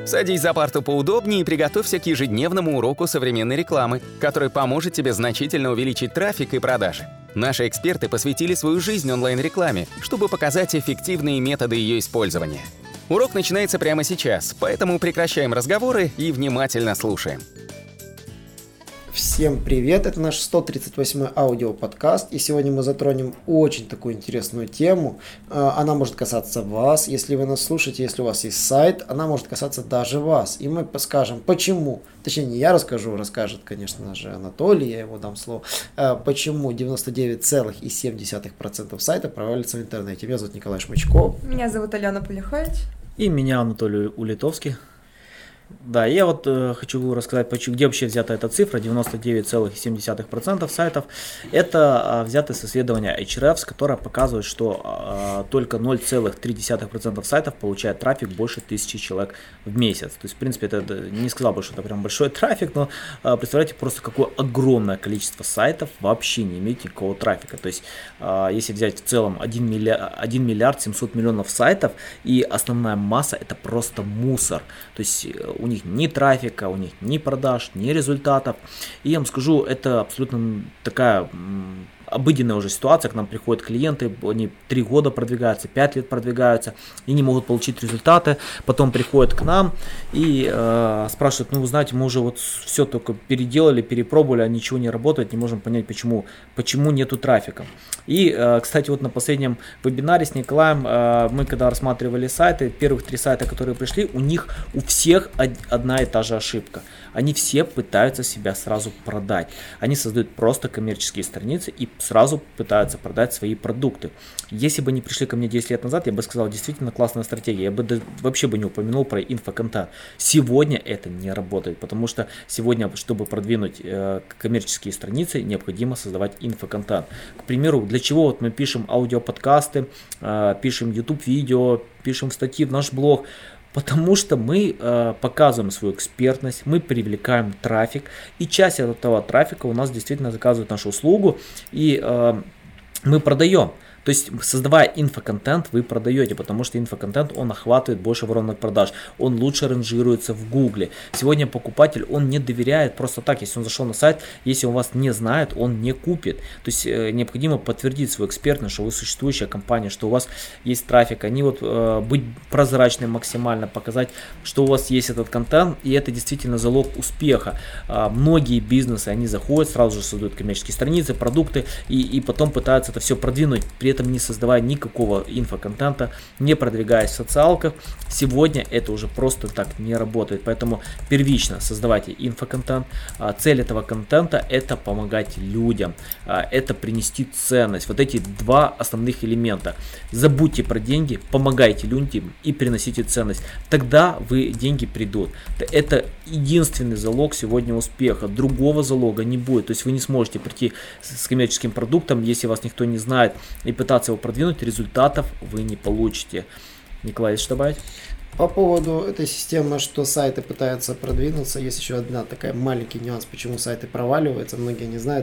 Садись за парту поудобнее и приготовься к ежедневному уроку современной рекламы, который поможет тебе значительно увеличить трафик и продажи. Наши эксперты посвятили свою жизнь онлайн-рекламе, чтобы показать эффективные методы ее использования. Урок начинается прямо сейчас, поэтому прекращаем разговоры и внимательно слушаем. Всем привет, это наш 138-й аудиоподкаст, и сегодня мы затронем очень такую интересную тему. Она может касаться вас, если вы нас слушаете, если у вас есть сайт, она может касаться даже вас. И мы скажем, почему, точнее не я расскажу, расскажет, конечно же, Анатолий, я ему дам слово, почему 99,7% сайтов провалится в интернете. Меня зовут Николай Шмычков. Меня зовут Алена Полихович. И меня Анатолий Улитовский. Да, я вот хочу рассказать, где вообще взята эта цифра, 99,7% сайтов. Это взято с исследования Ahrefs, которое показывает, что только 0,3% сайтов получает трафик больше 1000 человек в месяц. То есть, в принципе, это не сказал бы, что это прям большой трафик, но представляете просто, какое огромное количество сайтов вообще не имеет никакого трафика. То есть, если взять в целом 1 миллиард 700 миллионов сайтов, и основная масса это просто мусор. То есть, у них ни трафика, у них ни продаж, ни результатов. И я вам скажу, это абсолютно такая обыденная уже ситуация. К нам приходят клиенты, они 3 года продвигаются, 5 лет продвигаются и не могут получить результаты. Потом приходят к нам и спрашивают, ну вы знаете, мы уже вот все только переделали, перепробовали, а ничего не работает, не можем понять, почему нету трафика. И, кстати, вот на последнем вебинаре с Николаем мы когда рассматривали сайты, первых 3 сайта, которые пришли, у них у всех одна и та же ошибка. Они все пытаются себя сразу продать. Они создают просто коммерческие страницы и сразу пытаются продать свои продукты. Если бы они пришли ко мне 10 лет назад, я бы сказал, действительно классная стратегия. Я бы вообще бы не упомянул про инфоконтент. Сегодня это не работает, потому что сегодня, чтобы продвинуть коммерческие страницы, необходимо создавать инфоконтент. К примеру, для чего вот мы пишем аудиоподкасты, пишем YouTube-видео, пишем статьи в наш блог? Потому что мы показываем свою экспертность, мы привлекаем трафик, и часть этого трафика у нас действительно заказывают нашу услугу, и мы продаем. То есть, создавая инфоконтент, вы продаете, потому что инфоконтент, он охватывает больше воронок продаж, он лучше ранжируется в Гугле. Сегодня покупатель, он не доверяет просто так, если он зашел на сайт, если он вас не знает, он не купит. То есть, необходимо подтвердить свою экспертность, что вы существующая компания, что у вас есть трафик, они вот быть прозрачным максимально, показать, что у вас есть этот контент, и это действительно залог успеха. Многие бизнесы, они заходят, сразу же создают коммерческие страницы, продукты, и потом пытаются это все продвинуть, при этом не создавая никакого инфоконтента, не продвигаясь в социалках. Сегодня это уже просто так не работает, поэтому первично создавайте инфоконтент. Цель этого контента это помогать людям, это принести ценность. Вот эти 2 основных элемента. Забудьте про деньги, помогайте людям и приносите ценность. Тогда деньги придут. Это единственный залог сегодня успеха. Другого залога не будет. То есть вы не сможете прийти с коммерческим продуктом, если вас никто не знает, и пытаться его продвинуть, результатов вы не получите. Николай, есть что добавить? По поводу этой системы, что сайты пытаются продвинуться, есть еще одна такая маленький нюанс, почему сайты проваливаются, многие не знают.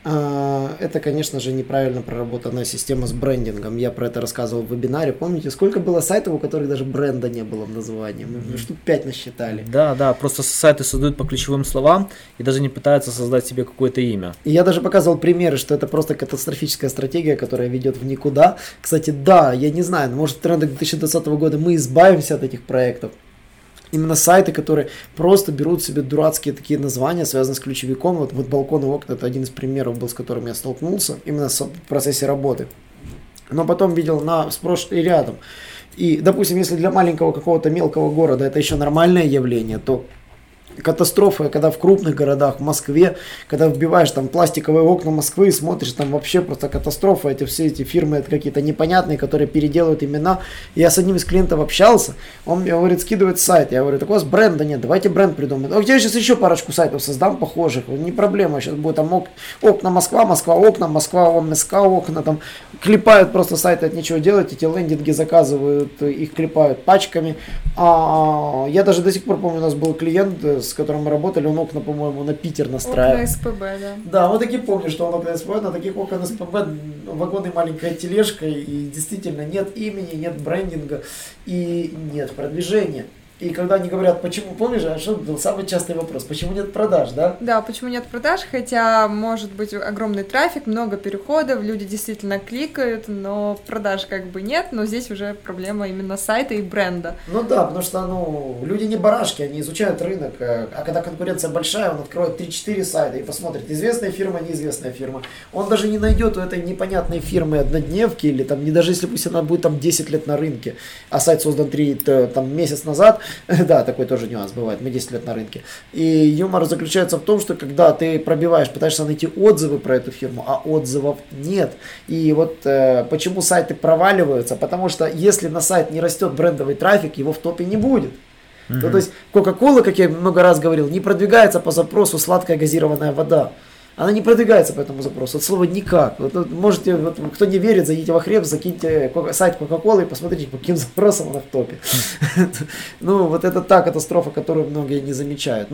Это, конечно же, неправильно проработанная система с брендингом. Я про это рассказывал в вебинаре. Помните, сколько было сайтов, у которых даже бренда не было в названии? Мы штук 5 насчитали. Да, просто сайты создают по ключевым словам и даже не пытаются создать себе какое-то имя. И я даже показывал примеры, что это просто катастрофическая стратегия, которая ведет в никуда. Кстати, да, я не знаю, может в трендах 2020 года мы избавимся от этих проектов. Именно сайты, которые просто берут себе дурацкие такие названия, связанные с ключевиком. Вот балкон и окна, это один из примеров был, с которым я столкнулся, именно в процессе работы. Но потом видел сплошь и рядом. И, допустим, если для маленького какого-то мелкого города это еще нормальное явление, то катастрофа, когда в крупных городах, в Москве, когда вбиваешь там пластиковые окна Москвы и смотришь, там вообще просто катастрофа, все эти фирмы это какие-то непонятные, которые переделывают имена. Я с одним из клиентов общался, он мне говорит, скидывает сайт, я говорю, так у вас бренда нет, давайте бренд придумаем. А я сейчас еще парочку сайтов создам похожих, не проблема, сейчас будет там окна Москва, Москва окна, Москва МСК окна, там клепают просто сайты от нечего делать, эти лендинги заказывают, их клепают пачками. Я даже до сих пор помню, у нас был клиент, с которым мы работали, он окна, по-моему, на Питер настраивал. Окна СПБ, да. Да, вот таки помню, что он окна СПБ, на таких окон СПБ вагоны маленькая тележка, и действительно нет имени, нет брендинга и нет продвижения. И когда они говорят, почему, помнишь, а что был самый частый вопрос, почему нет продаж, да? Да, почему нет продаж, хотя может быть огромный трафик, много переходов, люди действительно кликают, но продаж как бы нет, но здесь уже проблема именно сайта и бренда. Ну да, потому что, люди не барашки, они изучают рынок, а когда конкуренция большая, он откроет 3-4 сайта и посмотрит, известная фирма, неизвестная фирма. Он даже не найдет у этой непонятной фирмы однодневки, или там, не даже если пусть она будет там 10 лет на рынке, а сайт создан месяц назад. Да, такой тоже нюанс бывает, мы 10 лет на рынке. И юмор заключается в том, что когда ты пробиваешь, пытаешься найти отзывы про эту фирму, а отзывов нет. И вот почему сайты проваливаются, потому что если на сайт не растет брендовый трафик, его в топе не будет. Ну, то есть Coca-Cola, как я много раз говорил, не продвигается по запросу сладкая газированная вода. Она не продвигается по этому запросу, от слова никак. Можете, кто не верит, зайдите во Хребс, закиньте сайт Coca-Cola и посмотрите, по каким запросам она в топе. Вот это та катастрофа, которую многие не замечают.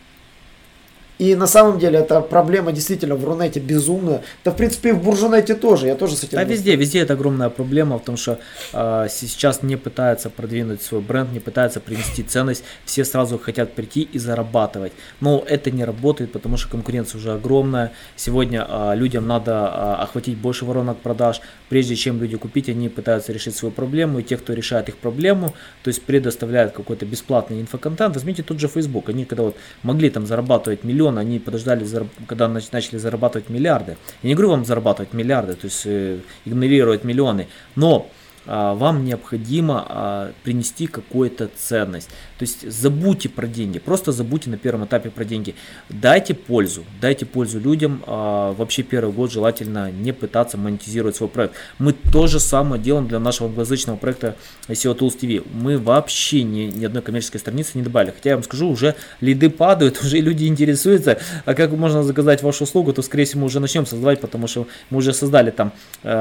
И на самом деле эта проблема действительно в Рунете безумная. Да, в принципе, и в Буржунете тоже. Я тоже с этим... Да, везде это огромная проблема, потому что сейчас не пытаются продвинуть свой бренд, не пытаются принести ценность. Все сразу хотят прийти и зарабатывать. Но это не работает, потому что конкуренция уже огромная. Сегодня людям надо охватить больше воронок продаж. Прежде чем люди купить, они пытаются решить свою проблему. И те, кто решает их проблему, то есть предоставляют какой-то бесплатный инфоконтент. Возьмите тот же Facebook. Они когда могли там зарабатывать миллион, они подождали, когда начали зарабатывать миллиарды. Я не говорю вам зарабатывать миллиарды, то есть игнорировать миллионы, но вам необходимо принести какую-то ценность. То есть забудьте про деньги, просто забудьте на первом этапе про деньги. Дайте пользу людям. Вообще первый год желательно не пытаться монетизировать свой проект. Мы то же самое делаем для нашего англоязычного проекта SEO Tools TV. Мы вообще ни одной коммерческой страницы не добавили. Хотя я вам скажу, уже лиды падают, уже люди интересуются, а как можно заказать вашу услугу, то скорее всего мы уже начнем создавать, потому что мы уже создали там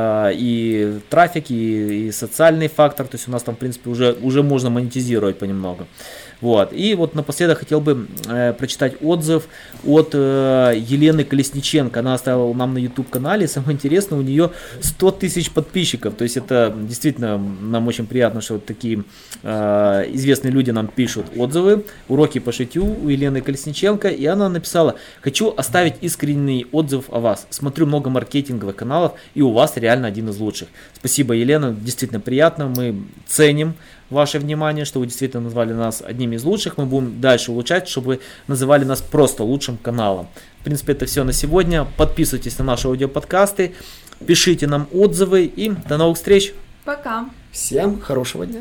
и трафик, и социальный фактор, то есть у нас там в принципе уже можно монетизировать понемногу. Вот. И вот напоследок хотел бы прочитать отзыв от Елены Колесниченко. Она оставила нам на YouTube канале. Самое интересное, у нее 100 тысяч подписчиков. То есть это действительно нам очень приятно, что вот такие известные люди нам пишут отзывы. Уроки по шитью у Елены Колесниченко. И она написала: хочу оставить искренний отзыв о вас. Смотрю много маркетинговых каналов, и у вас реально один из лучших. Спасибо, Елена, действительно приятно. Мы ценим ваше внимание, что вы действительно назвали нас одним из лучших. Мы будем дальше улучшать, чтобы вы называли нас просто лучшим каналом. В принципе, это все на сегодня. Подписывайтесь на наши аудиоподкасты, пишите нам отзывы и до новых встреч. Пока. Всем хорошего дня.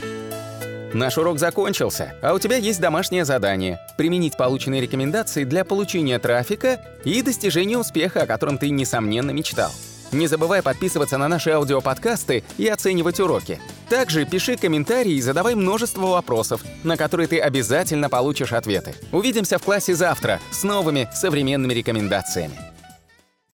Наш урок закончился, а у тебя есть домашнее задание – применить полученные рекомендации для получения трафика и достижения успеха, о котором ты, несомненно, мечтал. Не забывай подписываться на наши аудиоподкасты и оценивать уроки. Также пиши комментарии и задавай множество вопросов, на которые ты обязательно получишь ответы. Увидимся в классе завтра с новыми современными рекомендациями.